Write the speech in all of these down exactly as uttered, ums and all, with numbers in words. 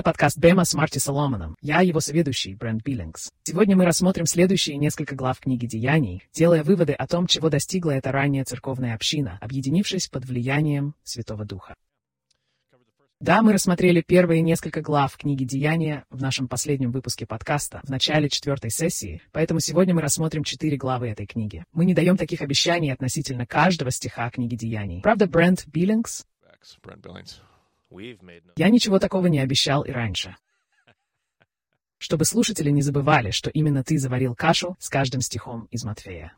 Это подкаст Бема с Марти Соломоном. Я его соведущий, Брент Биллингс. Сегодня мы рассмотрим следующие несколько глав книги Деяний, делая выводы о том, чего достигла эта ранняя церковная община, объединившись под влиянием Святого Духа. Да, мы рассмотрели первые несколько глав книги Деяния в нашем последнем выпуске подкаста, в начале четвертой сессии, поэтому сегодня мы рассмотрим четыре главы этой книги. Мы не даем таких обещаний относительно каждого стиха книги Деяний. Правда, Брент Биллингс? Я ничего такого не обещал и раньше. Чтобы слушатели не забывали, что именно ты заварил кашу с каждым стихом из Матфея.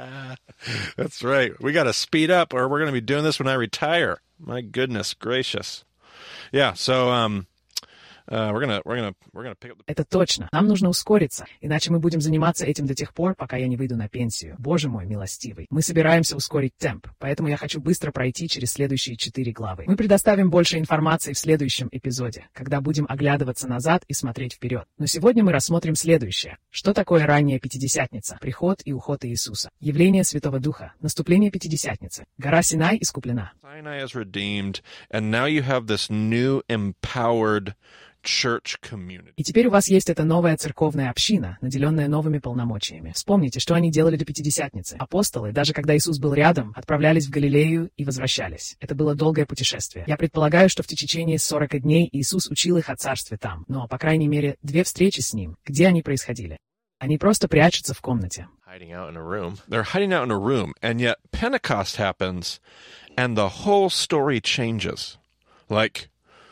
That's right. We got to speed up or we're going to be doing this when I retire. My goodness gracious. Yeah, so um, uh, we're gonna we're gonna we're gonna pick up the... Это точно. Нам нужно ускориться, иначе мы будем заниматься этим до тех пор, пока я не выйду на пенсию. Боже мой милостивый. Мы собираемся ускорить темп, поэтому я хочу быстро пройти через следующие четыре главы. Мы предоставим больше информации в следующем эпизоде, когда будем оглядываться назад и смотреть вперед. Но сегодня мы рассмотрим следующее. Что такое ранняя Пятидесятница? Приход и уход Иисуса. Явление Святого Духа. Наступление Пятидесятницы. Гора Синай искуплена. Sinai is redeemed, and now you have this new empowered church community. И теперь у вас есть эта новая церковная община, наделенная новыми полномочиями. Вспомните, что они делали до Пятидесятницы. Апостолы, даже когда Иисус был рядом, отправлялись в Галилею и возвращались. Это было долгое путешествие. Я предполагаю, что в течение сорока дней Иисус учил их о царстве там. Но, по крайней мере, две встречи с ним. Где они происходили? Они просто прячутся в комнате. Hiding out in a room. They're hiding out in a room, and yet Pentecost happens, and the whole story changes. Like,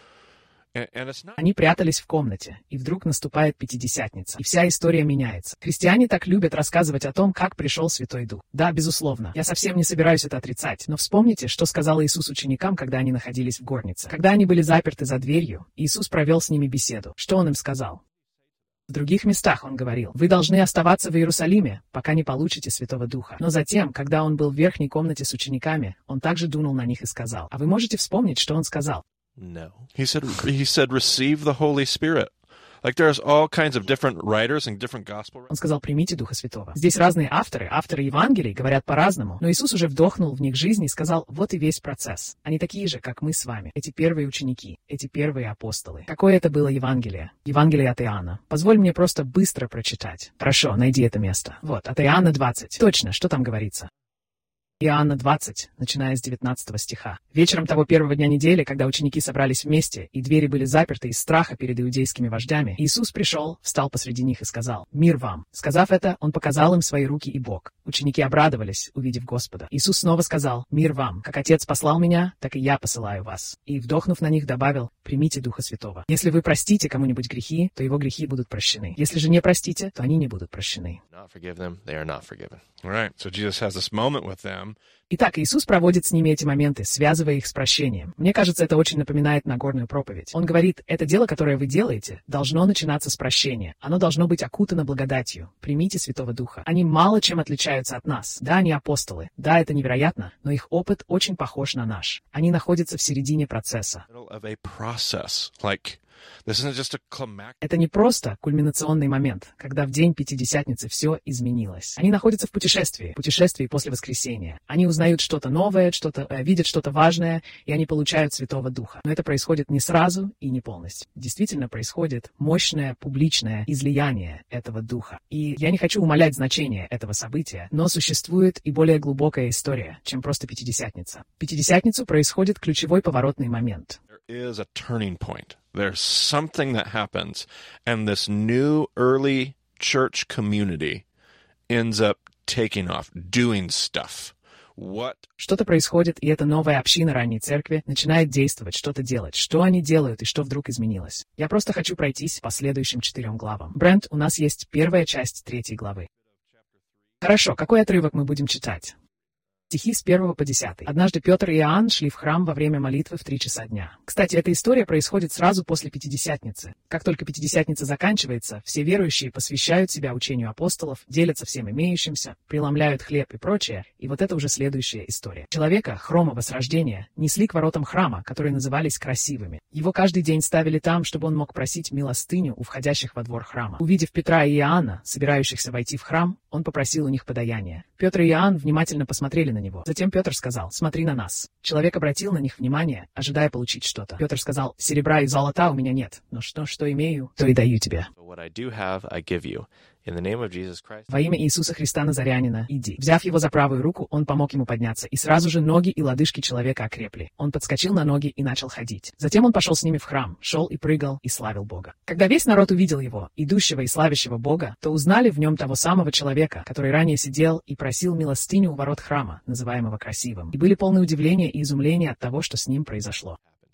and, and it's not... Они прятались в комнате, и вдруг наступает Пятидесятница, и вся история меняется. Христиане так любят рассказывать о том, как пришел Святой Дух. Да, безусловно, я совсем не собираюсь это отрицать, но вспомните, что сказал Иисус ученикам, когда они находились в горнице. Когда они были заперты за дверью, Иисус провел с ними беседу. Что Он им сказал? В других местах он говорил: «Вы должны оставаться в Иерусалиме, пока не получите Святого Духа». Но затем, когда он был в верхней комнате с учениками, он также дунул на них и сказал: «А вы можете вспомнить, что он сказал?» No. He said, he said, receive the Holy Spirit. Like there's all kinds of different writers and different gospel writers. Он сказал: «Примите Духа Святого». Здесь разные авторы, авторы Евангелий говорят по-разному, но Иисус уже вдохнул в них жизнь и сказал: вот и весь процесс. Они такие же, как мы с вами, эти первые ученики, эти первые апостолы. Какое это было Евангелие? Евангелие от Иоанна. Позволь мне просто быстро прочитать. Хорошо, найди это место. Вот, от Иоанна двадцать. Точно, что там говорится? Иоанна двадцать, начиная с девятнадцатого стиха. «Вечером того первого дня недели, когда ученики собрались вместе, и двери были заперты из страха перед иудейскими вождями, Иисус пришел, встал посреди них и сказал: „Мир вам“. Сказав это, Он показал им свои руки и бок. Ученики обрадовались, увидев Господа. Иисус снова сказал: „Мир вам. Как Отец послал меня, так и я посылаю вас“. И, вдохнув на них, добавил: „Примите Духа Святого“. Если вы простите кому-нибудь грехи, то его грехи будут прощены. Если же не простите, то они не будут прощены. Not forgive them, they are not forgiven. All right, so Jesus has this moment with them. Итак, Иисус проводит с ними эти моменты, связывая их с прощением. Мне кажется, это очень напоминает Нагорную проповедь. Он говорит: это дело, которое вы делаете, должно начинаться с прощения. Оно должно быть окутано благодатью. Примите Святого Духа. Они мало чем отличаются от нас. Да, они апостолы. Да, это невероятно, но их опыт очень похож на наш. Они находятся в середине процесса. Это не просто кульминационный момент, когда в день Пятидесятницы все изменилось. Они находятся в путешествии, путешествии после воскресения. Они узнают что-то новое, что-то, э, видят что-то важное, и они получают Святого Духа. Но это происходит не сразу и не полностью. Действительно происходит мощное публичное излияние этого Духа. И я не хочу умалять значение этого события, но существует и более глубокая история, чем просто Пятидесятница. В Пятидесятницу происходит ключевой поворотный момент. Is a turning point. There's something that happens, and this new early church community ends up taking off, doing stuff. What? Что-то происходит, и эта новая община ранней церкви начинает действовать, что-то делать. Что они делают и что вдруг изменилось? Я просто хочу пройтись по следующим четырем главам. Брент, у нас есть первая часть третьей главы. Хорошо, какой отрывок мы будем читать? Стихи с первого по десятый. Однажды Петр и Иоанн шли в храм во время молитвы в три часа дня. Кстати, эта история происходит сразу после Пятидесятницы. Как только Пятидесятница заканчивается, все верующие посвящают себя учению апостолов, делятся всем имеющимся, преломляют хлеб и прочее, и вот это уже следующая история. Человека, хромого с рождения, несли к воротам храма, которые назывались красивыми. Его каждый день ставили там, чтобы он мог просить милостыню у входящих во двор храма. Увидев Петра и Иоанна, собирающихся войти в храм, Он попросил у них подаяния. Петр и Иоанн внимательно посмотрели на него. Затем Петр сказал: «Смотри на нас». Человек обратил на них внимание, ожидая получить что-то. Петр сказал: «Серебра и золота у меня нет, но что, что имею, то и даю тебе. Во имя Иисуса Христа Назарянина, иди». Взяв его за правую руку, он помог ему подняться, и сразу же ноги и лодыжки человека окрепли. Он подскочил на ноги и начал ходить. Затем он пошел с ними в храм, шел и прыгал, и славил Бога. Когда весь народ увидел его, идущего и славящего Бога, то узнали в нем того самого человека, который ранее сидел и просил милостыню у ворот храма, называемого Красивым, и были полны удивления и изумления от того, что с ним произошло.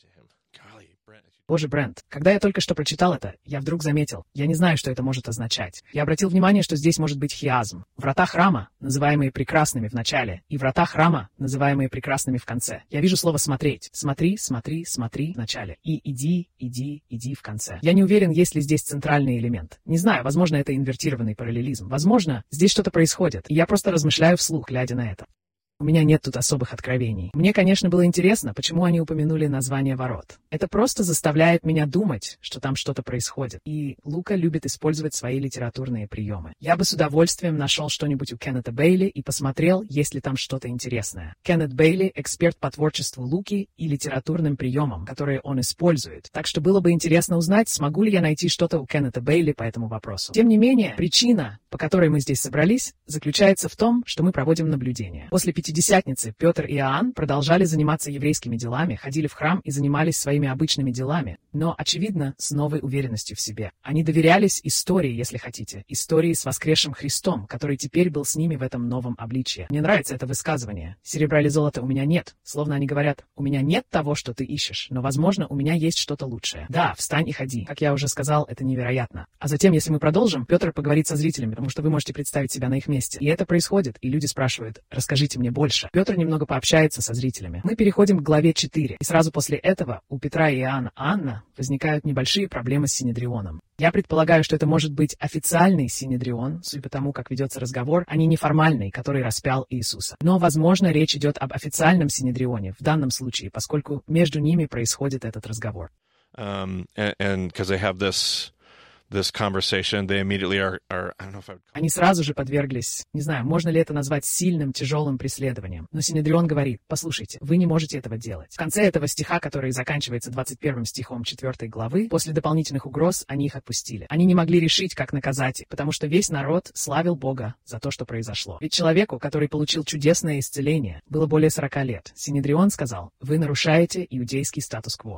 Боже, Брент, когда я только что прочитал это, я вдруг заметил, я не знаю, что это может означать. Я обратил внимание, что здесь может быть хиазм. Врата храма, называемые прекрасными в начале, и врата храма, называемые прекрасными в конце. Я вижу слово «смотреть». Смотри, смотри, смотри в начале. И иди, иди, иди в конце. Я не уверен, есть ли здесь центральный элемент. Не знаю, возможно, это инвертированный параллелизм. Возможно, здесь что-то происходит, и я просто размышляю вслух, глядя на это. У меня нет тут особых откровений. Мне, конечно, было интересно, почему они упомянули название ворот. Это просто заставляет меня думать, что там что-то происходит. И Лука любит использовать свои литературные приемы. Я бы с удовольствием нашел что-нибудь у Кеннета Бейли и посмотрел, есть ли там что-то интересное. Кеннет Бейли — эксперт по творчеству Луки и литературным приемам, которые он использует. Так что было бы интересно узнать, смогу ли я найти что-то у Кеннета Бейли по этому вопросу. Тем не менее, причина, по которой мы здесь собрались, заключается в том, что мы проводим наблюдение. После Пятидесятницы Петр и Иоанн продолжали заниматься еврейскими делами, ходили в храм и занимались своими обычными делами, но, очевидно, с новой уверенностью в себе. Они доверялись истории, если хотите, истории с воскресшим Христом, который теперь был с ними в этом новом обличье. Мне нравится это высказывание. «Серебра или золота у меня нет». Словно они говорят: «У меня нет того, что ты ищешь, но, возможно, у меня есть что-то лучшее». Да, встань и ходи. Как я уже сказал, это невероятно. А затем, если мы продолжим, Петр поговорит со зрителями, потому что вы можете представить себя на их месте. И это происходит, и люди спрашивают: «Расскажите мне больше». Петр немного пообщается со зрителями. Мы переходим к главе четыре, и сразу после этого у Петра и Иоанна Анна возникают небольшие проблемы с Синедрионом. Я предполагаю, что это может быть официальный Синедрион, судя по тому, как ведется разговор, а не неформальный, который распял Иисуса. Но, возможно, речь идет об официальном Синедрионе в данном случае, поскольку между ними происходит этот разговор. Um, and, and 'cause they have this this conversation, they immediately are, are I don't know if I would... Они сразу же подверглись, не знаю, можно ли это назвать сильным, тяжелым преследованием. Но Синедрион говорит: послушайте, вы не можете этого делать. В конце этого стиха, который заканчивается двадцать первым стихом четвёртой главы, после дополнительных угроз они их отпустили. Они не могли решить, как наказать их, потому что весь народ славил Бога за то, что произошло. Ведь человеку, который получил чудесное исцеление, было более сорока лет. Синедрион сказал: вы нарушаете иудейский статус-кво.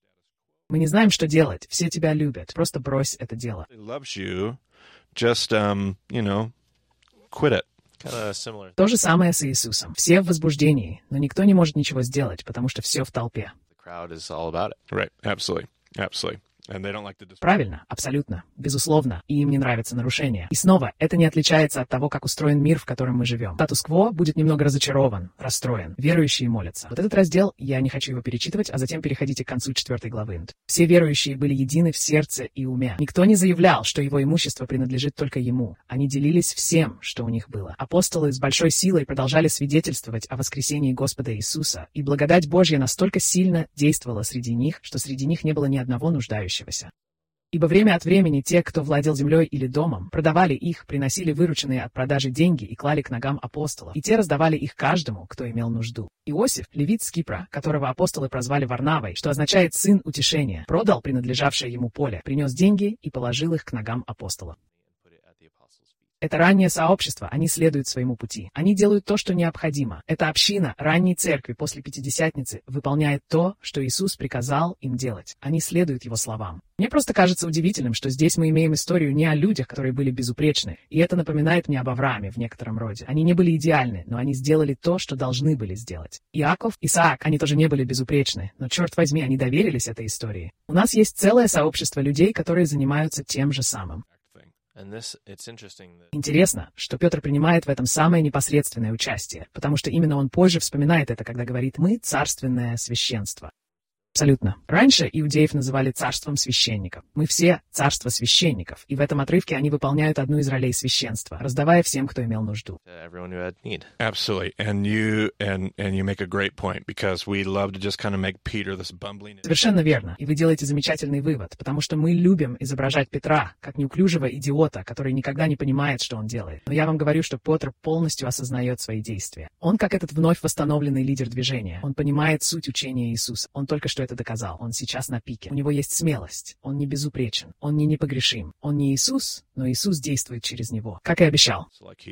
Мы не знаем, что делать. Все тебя любят. Просто брось это дело. Just, um, you know, quit it. То же самое с Иисусом. Все в возбуждении, но никто не может ничего сделать, потому что все в толпе. Right. Absolutely. Absolutely. Правильно, абсолютно, безусловно, и им не нравятся нарушения. И снова, это не отличается от того, как устроен мир, в котором мы живем. Статус-кво будет немного разочарован, расстроен. Верующие молятся. Вот этот раздел, я не хочу его перечитывать, а затем переходите к концу четвертой главы. Все верующие были едины в сердце и уме. Никто не заявлял, что его имущество принадлежит только ему. Они делились всем, что у них было. Апостолы с большой силой продолжали свидетельствовать о воскресении Господа Иисуса, и благодать Божья настолько сильно действовала среди них, что среди них не было ни одного нуждающегося. Ибо время от времени те, кто владел землей или домом, продавали их, приносили вырученные от продажи деньги и клали к ногам апостолов, и те раздавали их каждому, кто имел нужду. Иосиф, левит с Кипра, которого апостолы прозвали Варнавой, что означает «сын утешения», продал принадлежавшее ему поле, принес деньги и положил их к ногам апостолов. Это раннее сообщество, они следуют своему пути. Они делают то, что необходимо. Эта община ранней церкви после Пятидесятницы выполняет то, что Иисус приказал им делать. Они следуют его словам. Мне просто кажется удивительным, что здесь мы имеем историю не о людях, которые были безупречны. И это напоминает мне об Аврааме в некотором роде. Они не были идеальны, но они сделали то, что должны были сделать. Иаков, Исаак, они тоже не были безупречны, но, черт возьми, они доверились этой истории. У нас есть целое сообщество людей, которые занимаются тем же самым. Интересно, что Петр принимает в этом самое непосредственное участие, потому что именно он позже вспоминает это, когда говорит: «Мы — царственное священство». Абсолютно. Раньше иудеев называли царством священников. Мы все царство священников, и в этом отрывке они выполняют одну из ролей священства, раздавая всем, кто имел нужду. Everyone who had need. Absolutely. And you and and you make a great point because we love to just kind of make Peter this bumbling. Совершенно верно. И вы делаете замечательный вывод, потому что мы любим изображать Петра как неуклюжего идиота, который никогда не понимает, что он делает. Но я вам говорю, что Петр полностью осознает свои действия. Он как этот вновь восстановленный лидер движения. Он понимает суть учения Иисуса. Он только что это доказал. Он сейчас на пике. У него есть смелость. Он не безупречен. Он не непогрешим. Он не Иисус, но Иисус действует через него, как и обещал.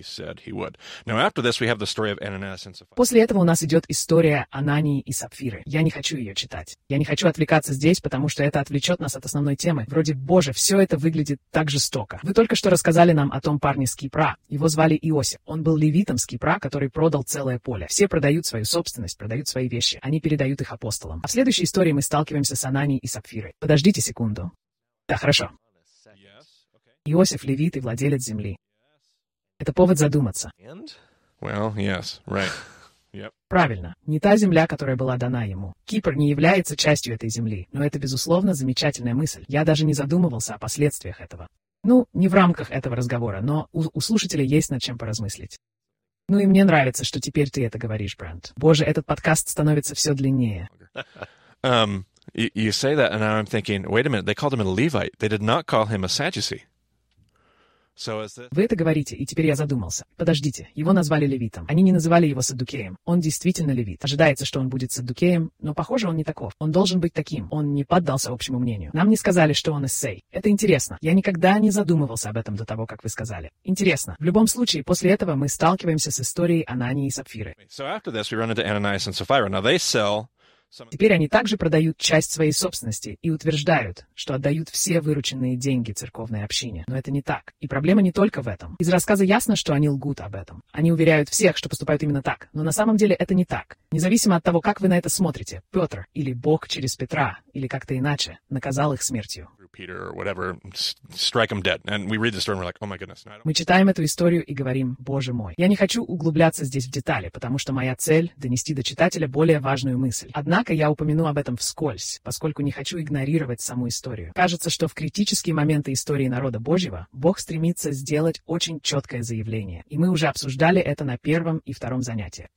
После этого у нас идет история Анании и Сапфиры. Я не хочу ее читать. Я не хочу отвлекаться здесь, потому что это отвлечет нас от основной темы. Вроде, боже, все это выглядит так жестоко. Вы только что рассказали нам о том парне с Кипра. Его звали Иосиф. Он был левитом с Кипра, который продал целое поле. Все продают свою собственность, продают свои вещи. Они передают их апостолам. А в следующей истории мы сталкиваемся с Ананией и Сапфирой. Подождите секунду. Да, хорошо. Иосиф левит и владелец земли. Это повод задуматься. Well, yes, right. Yep. Правильно. Не та земля, которая была дана ему. Кипр не является частью этой земли, но это, безусловно, замечательная мысль. Я даже не задумывался о последствиях этого. Ну, не в рамках этого разговора, но у, у слушателя есть над чем поразмыслить. Ну и мне нравится, что теперь ты это говоришь, Брент. Боже, этот подкаст становится все длиннее. Um, you, you say that, and now I'm thinking, wait a minute, they called him a Levite. They did not call him a Sadducee. So is this... Вы это говорите, и теперь я задумался. Подождите, его назвали левитом. Они не называли его саддукеем. Он действительно левит. Ожидается, что он будет саддукеем, но, похоже, он не таков. Он должен быть таким. Он не поддался общему мнению. Нам не сказали, что он эссей. Это интересно. Я никогда не задумывался об этом до того, как вы сказали. Интересно. В любом случае, после этого мы сталкиваемся с историей Анании и Сапфиры. So after this, we run into Ananias and Sapphira. Now they sell... Теперь они также продают часть своей собственности и утверждают, что отдают все вырученные деньги церковной общине. Но это не так. И проблема не только в этом. Из рассказа ясно, что они лгут об этом. Они уверяют всех, что поступают именно так. Но на самом деле это не так. Независимо от того, как вы на это смотрите, Петр или Бог через Петра, или как-то иначе, наказал их смертью. Мы читаем эту историю и говорим, боже мой. Я не хочу углубляться здесь в детали, потому что моя цель — донести до читателя более важную мысль. Однако я упомяну об этом вскользь, поскольку не хочу игнорировать саму историю. Кажется, что в критические моменты истории народа Божьего Бог стремится сделать очень четкое заявление. И мы уже обсуждали это на первом и втором занятиях.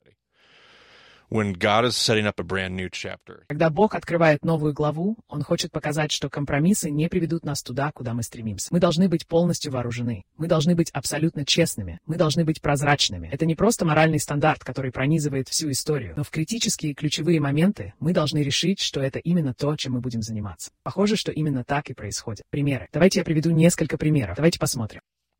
When God is setting up a brand new chapter. Когда Бог открывает новую главу, Он хочет показать, что компромиссы не приведут нас туда, куда мы стремимся. Мы должны быть полностью вооружены. Мы должны быть абсолютно честными. Мы должны быть прозрачными. Это не просто моральный стандарт, который пронизывает всю историю, но в критические ключевые моменты мы должны решить, что это именно то, чем мы будем заниматься. Похоже, что именно так и происходит. Примеры. Давайте я приведу несколько примеров. Давайте посмотрим.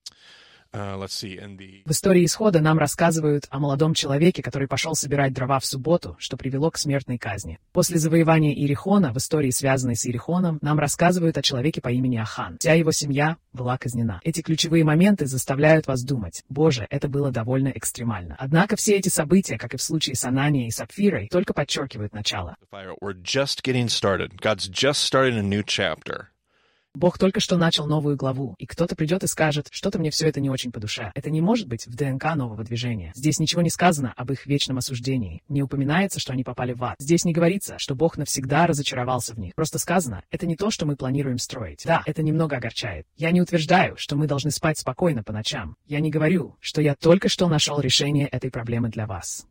Uh, let's see, in the... В истории Исхода нам рассказывают о молодом человеке, который пошел собирать дрова в субботу, что привело к смертной казни. После завоевания Иерихона, в истории, связанной с Иерихоном, нам рассказывают о человеке по имени Ахан. Вся его семья была казнена. Эти ключевые моменты заставляют вас думать, боже, это было довольно экстремально. Однако все эти события, как и в случае с Ананией и Сапфирой, только подчеркивают начало. We're just getting started. God's just starting a new chapter. Бог только что начал новую главу, и кто-то придет и скажет, что-то мне все это не очень по душе. Это не может быть в ДНК нового движения. Здесь ничего не сказано об их вечном осуждении. Не упоминается, что они попали в ад. Здесь не говорится, что Бог навсегда разочаровался в них. Просто сказано, это не то, что мы планируем строить. Да, это немного огорчает. Я не утверждаю, что мы должны спать спокойно по ночам. Я не говорю, что я только что нашел решение этой проблемы для вас.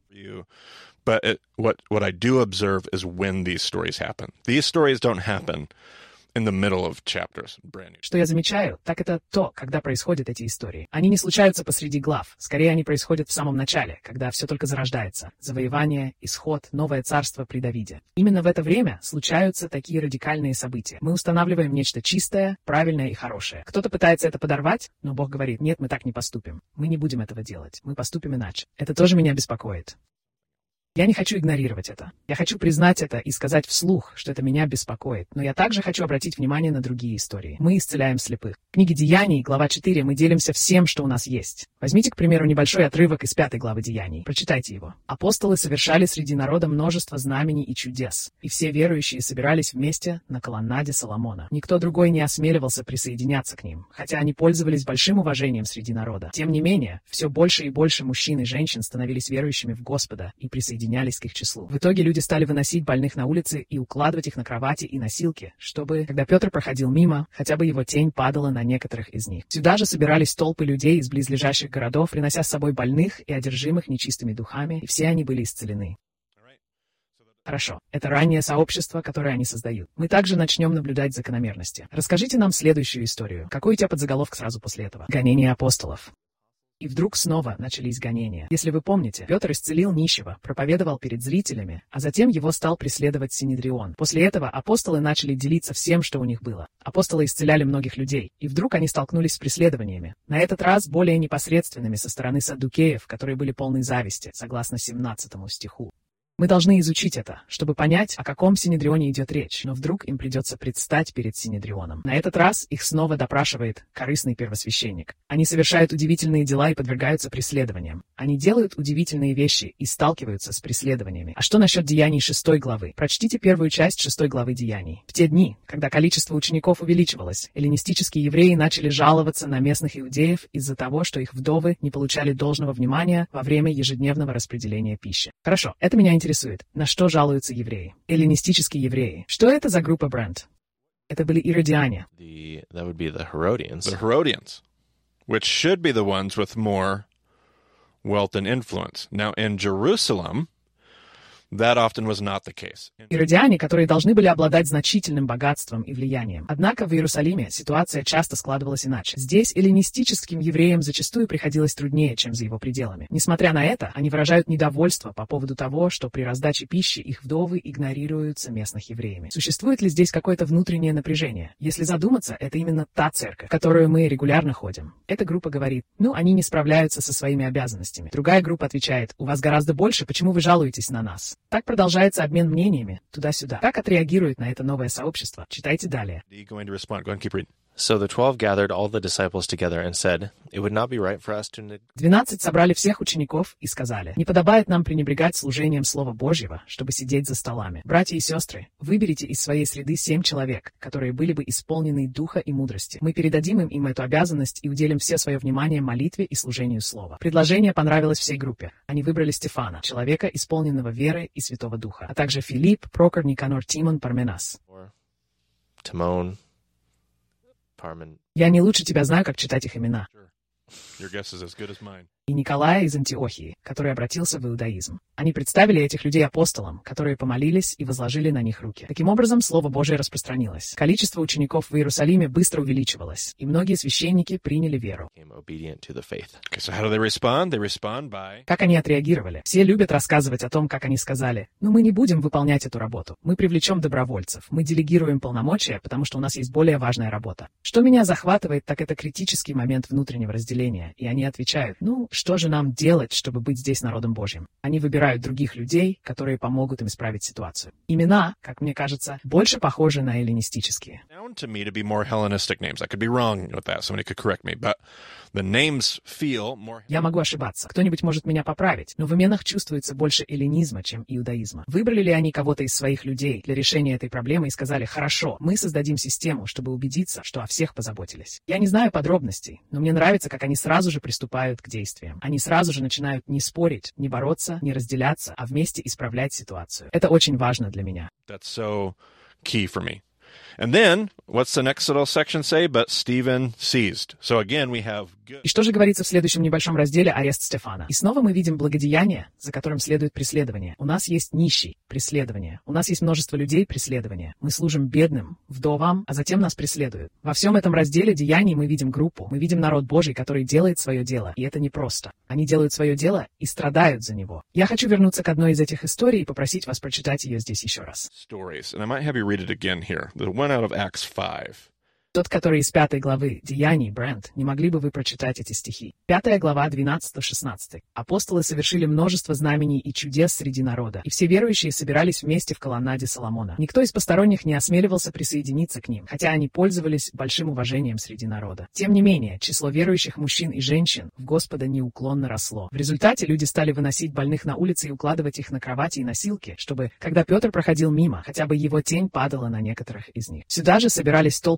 But it, what, what I do observe is when these stories happen. These stories don't happen in the middle of chapters. Brand new. Что я замечаю, так это то, когда происходят эти истории. Они не случаются посреди глав. Скорее, они происходят в самом начале, когда все только зарождается. Завоевание, исход, новое царство при Давиде. Именно в это время случаются такие радикальные события. Мы устанавливаем нечто чистое, правильное и хорошее. Кто-то пытается это подорвать, но Бог говорит, нет, мы так не поступим. Мы не будем этого делать. Мы поступим иначе. Это тоже меня беспокоит. Я не хочу игнорировать это. Я хочу признать это и сказать вслух, что это меня беспокоит. Но я также хочу обратить внимание на другие истории. Мы исцеляем слепых. В книге Деяний, глава четыре, мы делимся всем, что у нас есть. Возьмите, к примеру, небольшой отрывок из пятой главы Деяний. Прочитайте его. Апостолы совершали среди народа множество знамений и чудес, и все верующие собирались вместе на колоннаде Соломона. Никто другой не осмеливался присоединяться к ним, хотя они пользовались большим уважением среди народа. Тем не менее, все больше и больше мужчин и женщин становились верующими в Господа и присоединялись присоединялись к их числу. В итоге люди стали выносить больных на улицы и укладывать их на кровати и носилки, чтобы, когда Петр проходил мимо, хотя бы его тень падала на некоторых из них. Сюда же собирались толпы людей из близлежащих городов, принося с собой больных и одержимых нечистыми духами, и все они были исцелены. Хорошо, это раннее сообщество, которое они создают. Мы также начнем наблюдать закономерности. Расскажите нам следующую историю. Какой у тебя подзаголовок сразу после этого? Гонение апостолов. И вдруг снова начались гонения. Если вы помните, Петр исцелил нищего, проповедовал перед зрителями, а затем его стал преследовать Синедрион. После этого апостолы начали делиться всем, что у них было. Апостолы исцеляли многих людей, и вдруг они столкнулись с преследованиями. На этот раз более непосредственными со стороны саддукеев, которые были полны зависти, согласно семнадцатому стиху. Мы должны изучить это, чтобы понять, о каком Синедрионе идет речь, но вдруг им придется предстать перед Синедрионом. На этот раз их снова допрашивает корыстный первосвященник. Они совершают удивительные дела и подвергаются преследованиям. Они делают удивительные вещи и сталкиваются с преследованиями. А что насчет Деяний шестой главы? Прочтите первую часть шестой главы Деяний. В те дни, когда количество учеников увеличивалось, эллинистические евреи начали жаловаться на местных иудеев из-за того, что их вдовы не получали должного внимания во время ежедневного распределения пищи. Хорошо, это меня интересует. На что жалуются евреи? Эллинистические евреи. Что это за группа, Брент? Это были иродиане. The, that would be the Herodians. The Herodians, which should be the ones with more wealth and influence. Now, in Jerusalem, that often was not the case. Иродиане, которые должны были обладать значительным богатством и влиянием. Однако в Иерусалиме ситуация часто складывалась иначе. Здесь эллинистическим евреям зачастую приходилось труднее, чем за его пределами. Несмотря на это, они выражают недовольство по поводу того, что при раздаче пищи их вдовы игнорируются местных евреями. Существует ли здесь какое-то внутреннее напряжение? Если задуматься, это именно та церковь, в которую мы регулярно ходим. Эта группа говорит: ну, они не справляются со своими обязанностями. Другая группа отвечает: у вас гораздо больше, почему вы жалуетесь на нас? Так продолжается обмен мнениями туда-сюда. Как отреагирует на это новое сообщество? Читайте далее. So the twelve gathered all the disciples together and said, "It would not be right for us to..." Двенадцать собрали всех учеников и сказали: не подобает нам пренебрегать служением Слова Божьего, чтобы сидеть за столами. Братья и сестры, выберите из своей среды семь человек, которые были бы исполнены духа и мудрости. Мы передадим им, им эту обязанность и уделим все свое внимание молитве и служению Слова. Предложение понравилось всей группе. Они выбрали Стефана, человека, исполненного веры и Святого Духа, а также Филипп, Прокор, Никанор, Тимон, Парменас. Timon, Я не лучше тебя знаю, как читать их имена. Your guess is as good as mine. И Николая из Антиохии, который обратился в иудаизм. Они представили этих людей апостолам, которые помолились и возложили на них руки. Таким образом, Слово Божие распространилось. Количество учеников в Иерусалиме быстро увеличивалось, и многие священники приняли веру. Okay, so how do they respond? They respond by... Как они отреагировали? Все любят рассказывать о том, как они сказали: «Ну, мы не будем выполнять эту работу. Мы привлечем добровольцев. Мы делегируем полномочия, потому что у нас есть более важная работа». Что меня захватывает, так это критический момент внутреннего разделения. И они отвечают: «Ну, что же нам делать, чтобы быть здесь народом Божьим?» Они выбирают других людей, которые помогут им исправить ситуацию. Имена, как мне кажется, больше похожи на эллинистические. To me to be more Hellenistic names. I could be wrong with that. Somebody could correct me, but the names feel more... Я могу ошибаться. Кто-нибудь может меня поправить, но в именах чувствуется больше эллинизма, чем иудаизма. Выбрали ли они кого-то из своих людей для решения этой проблемы и сказали: «Хорошо, мы создадим систему, чтобы убедиться, что о всех позаботились». Я не знаю подробностей, но мне нравится, как они сразу же приступают к действиям. Они сразу же начинают не спорить, не бороться, не разделяться, а вместе исправлять ситуацию. Это очень важно для меня. That's so key for me. And then, what's the next little section say? But Stephen seized. So again, we have good. И что же говорится в следующем небольшом разделе? Арест Стефана. И снова мы видим благодеяние, за которым следует преследование. У нас есть нищий, преследование. У нас есть множество людей, преследование. Мы служим бедным, вдовам, а затем нас преследуют. Во всем этом разделе деяний мы видим группу, мы видим народ Божий, который делает свое дело. И это непросто. Они делают свое дело и страдают за него. Я хочу вернуться к одной из этих историй и попросить вас прочитать ее здесь еще раз. Stories. And I might have you read it again here. The one out of Acts five. Тот, который из пятой главы Деяний, Брент, не могли бы вы прочитать эти стихи? Пятая глава, двенадцатый-шестнадцатый. Апостолы совершили множество знамений и чудес среди народа, и все верующие собирались вместе в колоннаде Соломона. Никто из посторонних не осмеливался присоединиться к ним, хотя они пользовались большим уважением среди народа. Тем не менее, число верующих мужчин и женщин в Господа неуклонно росло. В результате люди стали выносить больных на улицы и укладывать их на кровати и носилки, чтобы, когда Петр проходил мимо, хотя бы его тень падала на некоторых из них. Сюда же собирались толпы людей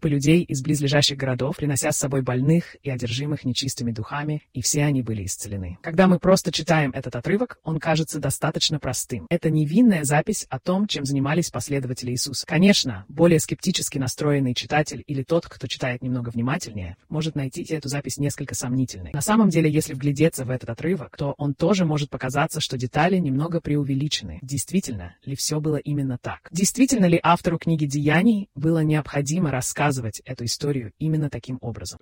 людей из близлежащих городов, принося с собой больных и одержимых нечистыми духами, и все они были исцелены. Когда мы просто читаем этот отрывок, он кажется достаточно простым. Это невинная запись о том, чем занимались последователи Иисуса. Конечно, более скептически настроенный читатель или тот, кто читает немного внимательнее, может найти эту запись несколько сомнительной. На самом деле, если вглядеться в этот отрывок, то он тоже может показаться, что детали немного преувеличены. Действительно ли все было именно так? Действительно ли автору книги «Деяний» было необходимо рассказывать эту историю именно таким образом?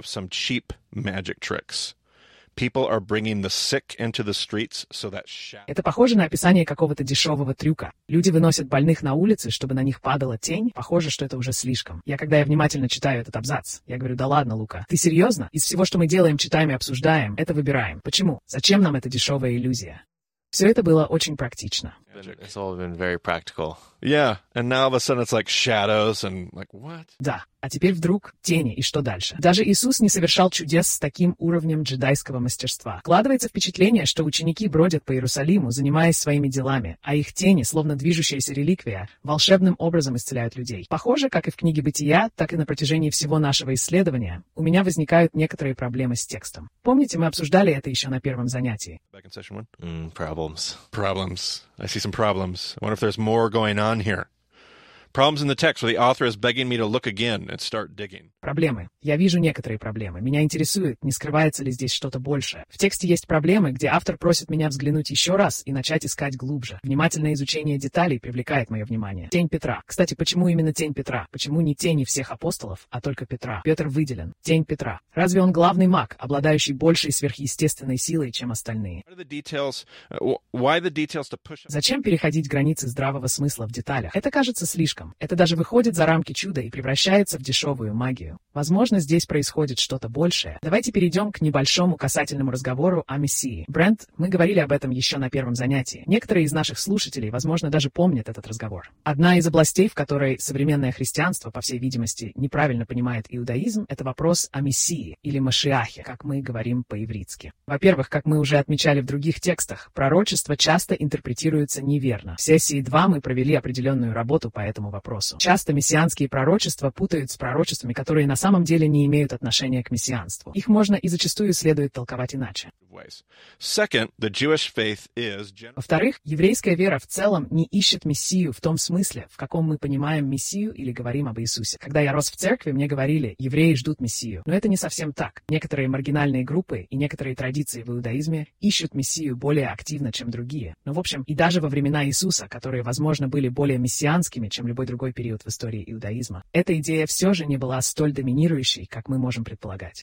Это похоже на описание какого-то дешевого трюка. Люди выносят больных на улицы, чтобы на них падала тень. Похоже, что это уже слишком. Я, когда я внимательно читаю этот абзац, я говорю: да ладно, Лука, ты серьезно? Из всего, что мы делаем, читаем и обсуждаем, это выбираем. Почему? Зачем нам эта дешевая иллюзия? Все это было очень практично. It's all been very practical. Yeah, and now all of a sudden it's like shadows and like what? Да, а теперь вдруг тени, и что дальше? Даже Иисус не совершал чудес с таким уровнем джедайского мастерства. Складывается впечатление, что ученики бродят по Иерусалиму, занимаясь своими делами, а их тени, словно движущаяся реликвия, волшебным образом исцеляют людей. Похоже, как и в книге «Бытия», так и на протяжении всего нашего исследования, у меня возникают некоторые проблемы с текстом. Помните, мы обсуждали это еще на первом занятии? Back in session one? Mm, problems. Problems. I see some problems. I wonder if there's more going on here. Problems in the text where the author is begging me to look again and start digging. Проблемы. Я вижу некоторые проблемы. Меня интересует, не скрывается ли здесь что-то большее. В тексте есть проблемы, где автор просит меня взглянуть еще раз и начать искать глубже. Внимательное изучение деталей привлекает мое внимание. Тень Петра. Кстати, почему именно тень Петра? Почему не тени всех апостолов, а только Петра? Петр выделен. Тень Петра. Разве он главный маг, обладающий большей сверхъестественной силой, чем остальные? Зачем переходить границы здравого смысла в деталях? Это кажется слишком. Это даже выходит за рамки чуда и превращается в дешевую магию. Возможно, здесь происходит что-то большее. Давайте перейдем к небольшому касательному разговору о Мессии. Брент, мы говорили об этом еще на первом занятии. Некоторые из наших слушателей, возможно, даже помнят этот разговор. Одна из областей, в которой современное христианство, по всей видимости, неправильно понимает иудаизм, это вопрос о Мессии или Машиахе, как мы говорим по-ивритски. Во-первых, как мы уже отмечали в других текстах, пророчества часто интерпретируются неверно. В сессии два мы провели определенную работу по этому вопросу. Вопросу. Часто мессианские пророчества путают с пророчествами, которые на самом деле не имеют отношения к мессианству. Их можно и зачастую следует толковать иначе. Во-вторых, еврейская вера в целом не ищет Мессию в том смысле, в каком мы понимаем Мессию или говорим об Иисусе. Когда я рос в церкви, мне говорили: евреи ждут Мессию. Но это не совсем так. Некоторые маргинальные группы и некоторые традиции в иудаизме ищут Мессию более активно, чем другие. Но в общем, и даже во времена Иисуса, которые, возможно, были более мессианскими, чем любой другой период в истории иудаизма, эта идея все же не была столь доминирующей, как мы можем предполагать.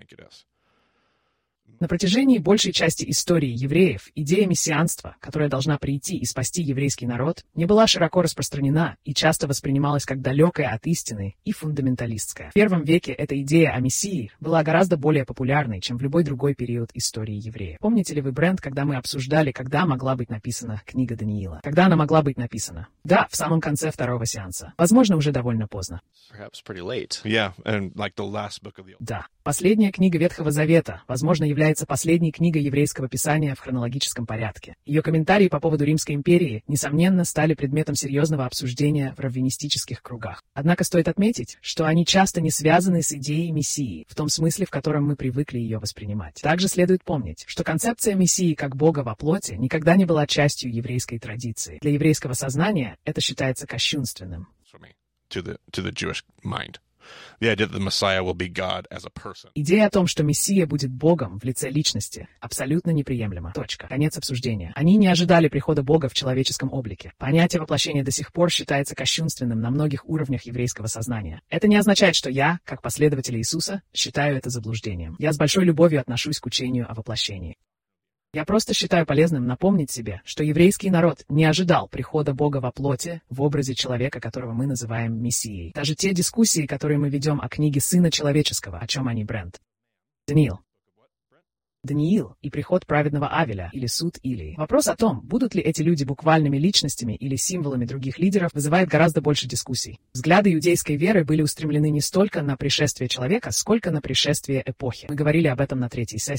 На протяжении большей части истории евреев идея мессианства, которая должна прийти и спасти еврейский народ, не была широко распространена и часто воспринималась как далекая от истины и фундаменталистская. В первом веке эта идея о Мессии была гораздо более популярной, чем в любой другой период истории евреев. Помните ли вы, Брент, когда мы обсуждали, когда могла быть написана книга Даниила? Когда она могла быть написана? Да, в самом конце второго сеанса. Возможно, уже довольно поздно. Yeah, and like the last book of the... Да. Последняя книга Ветхого Завета, возможно, является последней книгой еврейского писания в хронологическом порядке. Ее комментарии по поводу Римской империи, несомненно, стали предметом серьезного обсуждения в раввинистических кругах. Однако стоит отметить, что они часто не связаны с идеей Мессии, в том смысле, в котором мы привыкли ее воспринимать. Также следует помнить, что концепция Мессии как Бога во плоти никогда не была частью еврейской традиции. Для еврейского сознания это считается кощунственным. To the, to the Jewish mind. The idea that the Messiah will be God as a person. Идея о том, что Мессия будет Богом в лице личности, абсолютно неприемлема. Точка. Конец обсуждения. Они не ожидали прихода Бога в человеческом облике. Понятие воплощения до сих пор считается кощунственным на многих уровнях еврейского сознания. Это не означает, что я, как последователь Иисуса, считаю это заблуждением. Я с большой любовью отношусь к учению о воплощении. Я просто считаю полезным напомнить себе, что еврейский народ не ожидал прихода Бога во плоти в образе человека, которого мы называем Мессией. Даже те дискуссии, которые мы ведем о книге Сына Человеческого, о чем они, Брент? Даниил. Даниил и приход праведного Авеля или суд Илии. Вопрос о том, будут ли эти люди буквальными личностями или символами других лидеров, вызывает гораздо больше дискуссий. Взгляды иудейской веры были устремлены не столько на пришествие человека, сколько на пришествие эпохи. Мы говорили об этом на третьей сессии.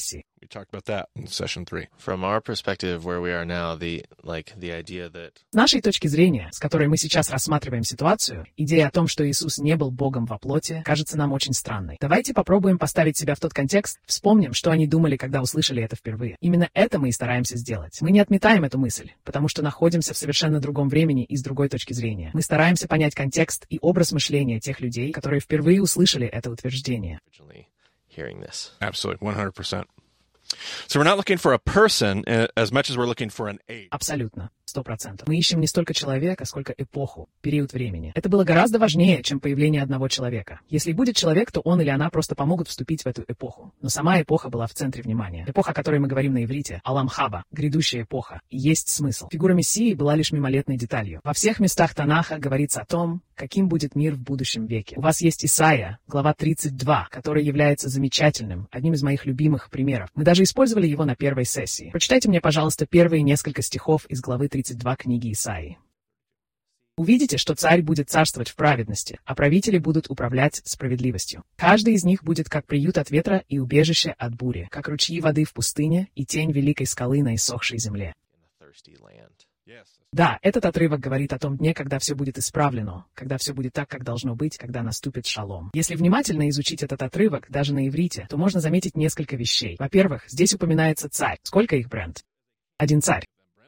We talked about that in session three. From our perspective, where we are now, the like the idea that С нашей точки зрения, с которой мы сейчас рассматриваем ситуацию, идея о том, что Иисус не был Богом во плоти, кажется нам очень странной. Давайте попробуем поставить себя в тот контекст, вспомним, что они думали, когда услышали это впервые. Именно это мы и стараемся сделать. Мы не отметаем эту мысль, потому что находимся в совершенно другом времени и с другой точки зрения. Мы стараемся понять контекст и образ мышления тех людей, которые впервые услышали это утверждение. originally hearing this. Absolutely, one hundred percent. So we're not looking for a person uh, as much as we're looking for an age. Абсолютно. Сто процентов. Мы ищем не столько человека, сколько эпоху, период времени. Это было гораздо важнее, чем появление одного человека. Если будет человек, то он или она просто помогут вступить в эту эпоху. Но сама эпоха была в центре внимания. Эпоха, о которой мы говорим на иврите, Алам Хаба, грядущая эпоха, и есть смысл. Фигура Мессии была лишь мимолетной деталью. Во всех местах Танаха говорится о том, каким будет мир в будущем веке. У вас есть Исайя, глава тридцать два, который является замечательным, одним из моих любимых примеров. Мы даже использовали его на первой сессии. Прочитайте мне, пожалуйста, первые несколько стихов из главы тридцать два книги Исаии. «Увидите, что царь будет царствовать в праведности, а правители будут управлять справедливостью. Каждый из них будет как приют от ветра и убежище от бури, как ручьи воды в пустыне и тень великой скалы на иссохшей земле». In the thirsty land. Yes. Да, этот отрывок говорит о том дне, когда все будет исправлено, когда все будет так, как должно быть, когда наступит шалом. Если внимательно изучить этот отрывок, даже на иврите, то можно заметить несколько вещей. Во-первых, здесь упоминается царь. Сколько их, Брент? Один царь.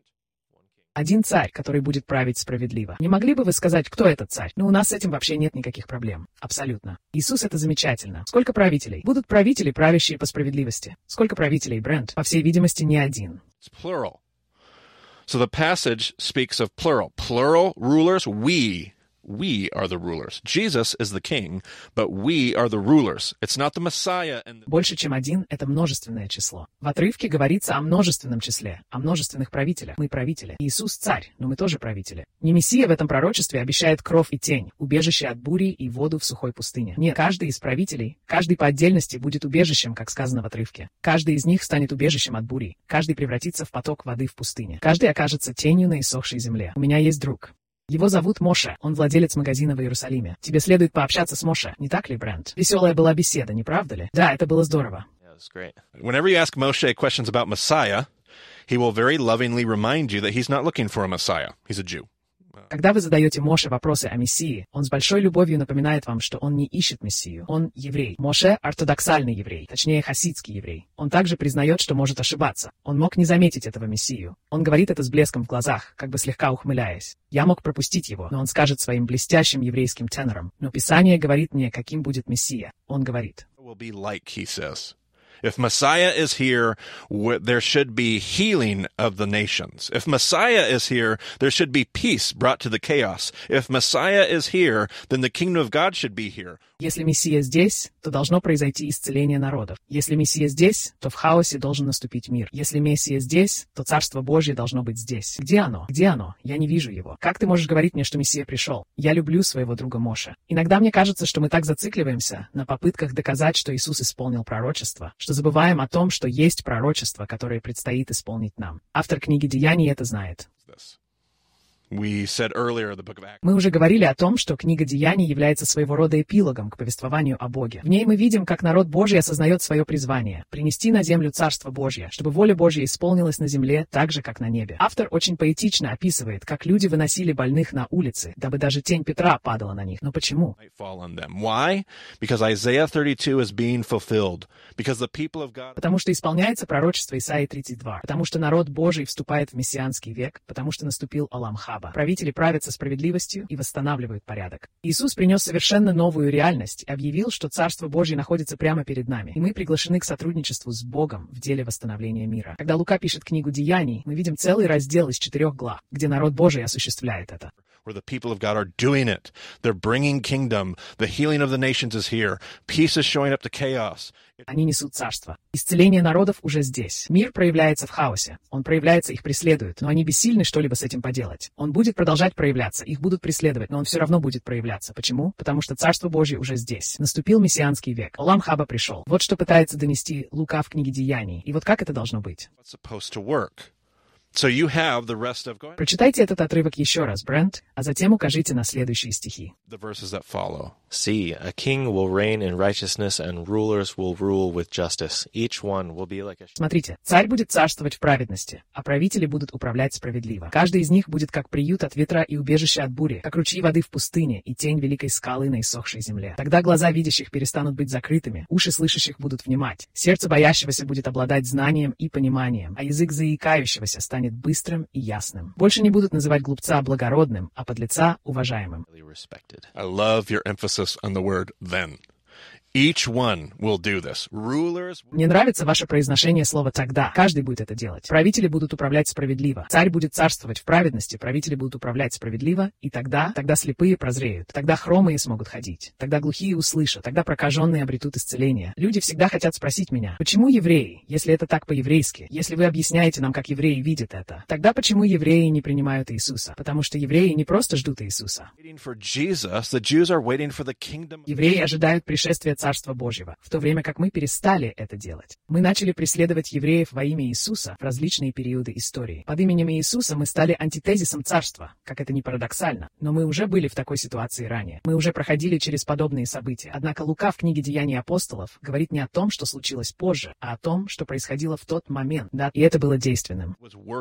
Один царь, который будет править справедливо. Не могли бы вы сказать, кто этот царь? Ну, у нас с этим вообще нет никаких проблем. Абсолютно. Иисус — это замечательно. Сколько правителей? Будут правители, правящие по справедливости. Сколько правителей, Брент? По всей видимости, не один. It's plural. So the passage speaks of plural. Plural rulers, we. We are the rulers. Jesus is the king, but we are the rulers. It's not the Messiah and the... Больше, чем один — это множественное число. В отрывке говорится о множественном числе, о множественных правителях. Мы правители. Иисус — царь, но мы тоже правители. Не Мессия в этом пророчестве обещает кров и тень, убежище от бури и воду в сухой пустыне. Нет, каждый из правителей, каждый по отдельности будет убежищем, как сказано в отрывке. Каждый из них станет убежищем от бури. Каждый превратится в поток воды в пустыне. Каждый окажется тенью на иссохшей земле. У меня есть друг. Его зовут Моше, он владелец магазина в Иерусалиме. Тебе следует пообщаться с Моше, не так ли, Брент? Веселая была беседа, не правда ли? Да, это было здорово. Yeah, it was great. Whenever you ask Moshe questions about Messiah, he will very lovingly remind you that he's not looking for a Messiah. He's a Jew. Когда вы задаете Моше вопросы о Мессии, он с большой любовью напоминает вам, что он не ищет Мессию. Он еврей. Моше — ортодоксальный еврей, точнее хасидский еврей. Он также признает, что может ошибаться. Он мог не заметить этого Мессию. Он говорит это с блеском в глазах, как бы слегка ухмыляясь. Я мог пропустить его, но он скажет своим блестящим еврейским тенором. Но Писание говорит мне, каким будет Мессия. Он говорит. Will be like, he says. If Messiah is here, wh- there should be healing of the nations. If Messiah is here, there should be peace brought to the chaos. If Messiah is here, then the kingdom of God should be here. Если Мессия здесь, то должно произойти исцеление народов. Если Мессия здесь, то в хаосе должен наступить мир. Если Мессия здесь, то Царство Божье должно быть здесь. Где оно? Где оно? Я не вижу его. Как ты можешь говорить мне, что Мессия пришел? Я люблю своего друга Моше. Иногда мне кажется, что мы так зацикливаемся на попытках доказать, что Иисус исполнил пророчество, что забываем о том, что есть пророчество, которое предстоит исполнить нам. Автор книги Деяний это знает. We said earlier the book of Acts. Мы уже говорили о том, что книга Деяний является своего рода эпилогом к повествованию о Боге. В ней мы видим, как народ Божий осознает свое призвание — принести на землю Царство Божье, чтобы воля Божья исполнилась на земле так же, как на небе. Автор очень поэтично описывает, как люди выносили больных на улицы, дабы даже тень Петра падала на них. Но почему? Might fall on them. Why? Because Isaiah thirty-two is being fulfilled. Because the people of God... Потому что исполняется пророчество Исаии тридцать два. Потому что народ Божий вступает в мессианский век. Потому что наступил Алам Хаба. Правители правят со справедливостью и восстанавливают порядок. Иисус принес совершенно новую реальность и объявил, что Царство Божье находится прямо перед нами, и мы приглашены к сотрудничеству с Богом в деле восстановления мира. Когда Лука пишет книгу Деяний, мы видим целый раздел из четырех глав, где народ Божий осуществляет это. Where the people of God are doing it. They're bringing kingdom. The healing of the nations is here. Peace is showing up to chaos. Они несут царство. Исцеление народов уже здесь. Мир проявляется в хаосе. Он проявляется, их преследуют, но они бессильны что-либо с этим поделать. Он будет продолжать проявляться, их будут преследовать, но он все равно будет проявляться. Почему? Потому что Царство Божье уже здесь. Наступил мессианский век. Олам Хаба пришел. Вот что пытается донести Лука в книге Деяний. И вот как это должно быть. It's supposed to work. So you have the rest of... Go ahead. Прочитайте этот отрывок еще раз, Брент, а затем укажите на следующие стихи. The verses that follow. See, a king will reign in righteousness, and rulers will rule with justice. Each one will be like a... Смотрите, царь будет царствовать в праведности, а правители будут управлять справедливо. Каждый из них будет как приют от ветра и убежище от бури, как ручьи воды в пустыне и тень великой скалы на иссохшей земле. Тогда глаза видящих перестанут быть закрытыми, уши слышащих будут внимать, сердце боящегося будет обладать знанием и пониманием, а язык заикающегося станет быстрым и ясным. Больше не будут называть глупца благородным, а подлеца уважаемым. I love your emphasis on the word then. Each one will do this. Rulers... Мне нравится ваше произношение слова «тогда». Каждый будет это делать. Правители будут управлять справедливо. Царь будет царствовать в праведности, правители будут управлять справедливо, и тогда, тогда слепые прозреют, тогда хромые смогут ходить, тогда глухие услышат, тогда прокаженные обретут исцеление. Люди всегда хотят спросить меня, почему евреи, если это так по-еврейски, если вы объясняете нам, как евреи видят это, тогда почему евреи не принимают Иисуса? Потому что евреи не просто ждут Иисуса. Евреи ожидают пришествия Царства Божьего, в то время как мы перестали это делать. Мы начали преследовать евреев во имя Иисуса в различные периоды истории. Под именем Иисуса мы стали антитезисом Царства, как это ни парадоксально, но мы уже были в такой ситуации ранее. Мы уже проходили через подобные события. Однако Лука в книге «Деяний апостолов» говорит не о том, что случилось позже, а о том, что происходило в тот момент, да, и это было действенным.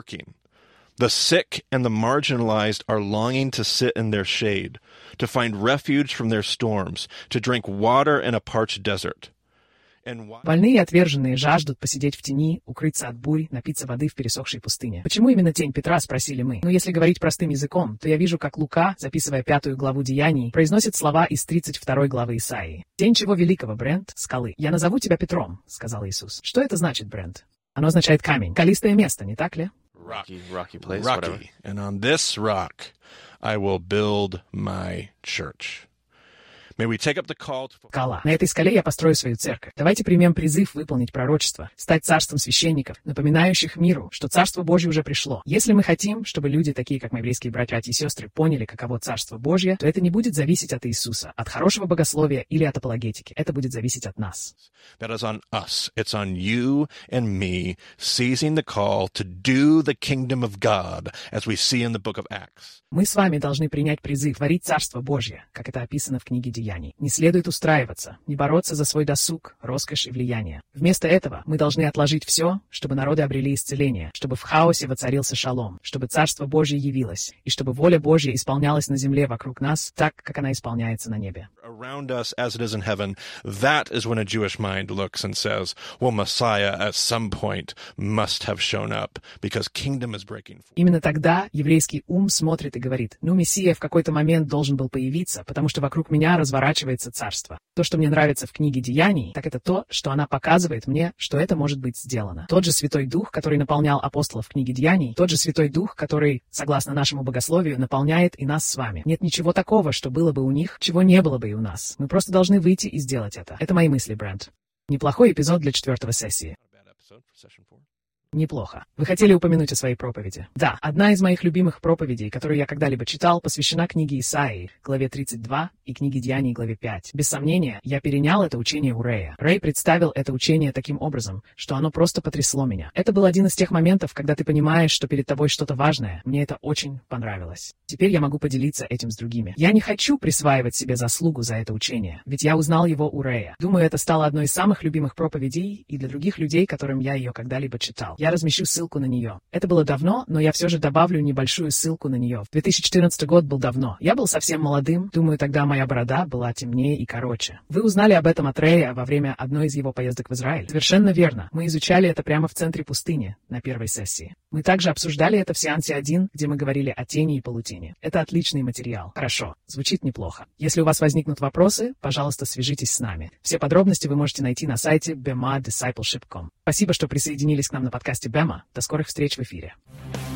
The sick and the marginalized are longing to sit in their shade, to find refuge from their storms, to drink water in a parched desert. Больные и отверженные жаждут посидеть в тени, укрыться от бурь, напиться воды в пересохшей пустыне. Почему именно тень Петра, спросили мы. Но если говорить простым языком, то я вижу, как Лука, записывая пятую главу Деяний, произносит слова из тридцать второй главы Исаии. «Тень чего великого, Брент? Скалы. Я назову тебя Петром», — сказал Иисус. Что это значит, Брент? Оно означает камень. Скалистое место, не так ли? Rocky, rocky place, rocky. Whatever. And on this rock I will build my church. May we take up the call to... Скала. На этой скале я построю свою церковь. Давайте примем призыв выполнить пророчество, стать царством священников, напоминающих миру, что Царство Божье уже пришло. Если мы хотим, чтобы люди, такие как мои еврейские братья и сестры, поняли, каково Царство Божье, то это не будет зависеть от Иисуса, от хорошего богословия или от апологетики. Это будет зависеть от нас. That is on us. It's on you and me seizing the call to do the kingdom of God, as we see in the book of Acts. Мы с вами должны принять призыв творить Царство Божье, как это описано в книге Деяний. Не следует устраиваться, не бороться за свой досуг, роскошь и влияние. Вместо этого мы должны отложить все, чтобы народы обрели исцеление, чтобы в хаосе воцарился шалом, чтобы Царство Божье явилось, и чтобы воля Божья исполнялась на земле вокруг нас так, как она исполняется на небе. Around us as it is in heaven, that is when a Jewish mind looks and says, well, Messiah at some point must have shown up, because kingdom is breaking forth. Именно тогда еврейский ум смотрит и говорит, ну, Мессия в какой-то момент должен был появиться, потому что вокруг меня разворачивается царство. То, что мне нравится в книге Деяний, так это то, что она показывает мне, что это может быть сделано. Тот же Святой Дух, который наполнял апостолов в книге Деяний, тот же Святой Дух, который, согласно нашему богословию, наполняет и нас с вами. Нет ничего такого, что было бы у них, чего не было бы и у нас. Мы просто должны выйти и сделать это. Это мои мысли, Брент. Неплохой эпизод для четвертой сессии. Неплохо. Вы хотели упомянуть о своей проповеди? Да, одна из моих любимых проповедей, которую я когда-либо читал, посвящена книге Исаии, главе тридцать два, и книге Деяний, главе пять. Без сомнения, я перенял это учение у Рэя. Рэй представил это учение таким образом, что оно просто потрясло меня. Это был один из тех моментов, когда ты понимаешь, что перед тобой что-то важное. Мне это очень понравилось. Теперь я могу поделиться этим с другими. Я не хочу присваивать себе заслугу за это учение, ведь я узнал его у Рэя. Думаю, это стало одной из самых любимых проповедей и для других людей, которым я ее когда-либо читал. Я размещу ссылку на нее. Это было давно, но я все же добавлю небольшую ссылку на нее. две тысячи четырнадцатый год был давно. Я был совсем молодым. Думаю, тогда моя борода была темнее и короче. Вы узнали об этом от Рэя во время одной из его поездок в Израиль. Совершенно верно. Мы изучали это прямо в центре пустыни на первой сессии. Мы также обсуждали это в сеансе один, где мы говорили о тени и полутени. Это отличный материал. Хорошо. Звучит неплохо. Если у вас возникнут вопросы, пожалуйста, свяжитесь с нами. Все подробности вы можете найти на сайте бема дисайплшип точка ком. Спасибо, что присоединились к нам на подкасте Бема. До скорых встреч в эфире.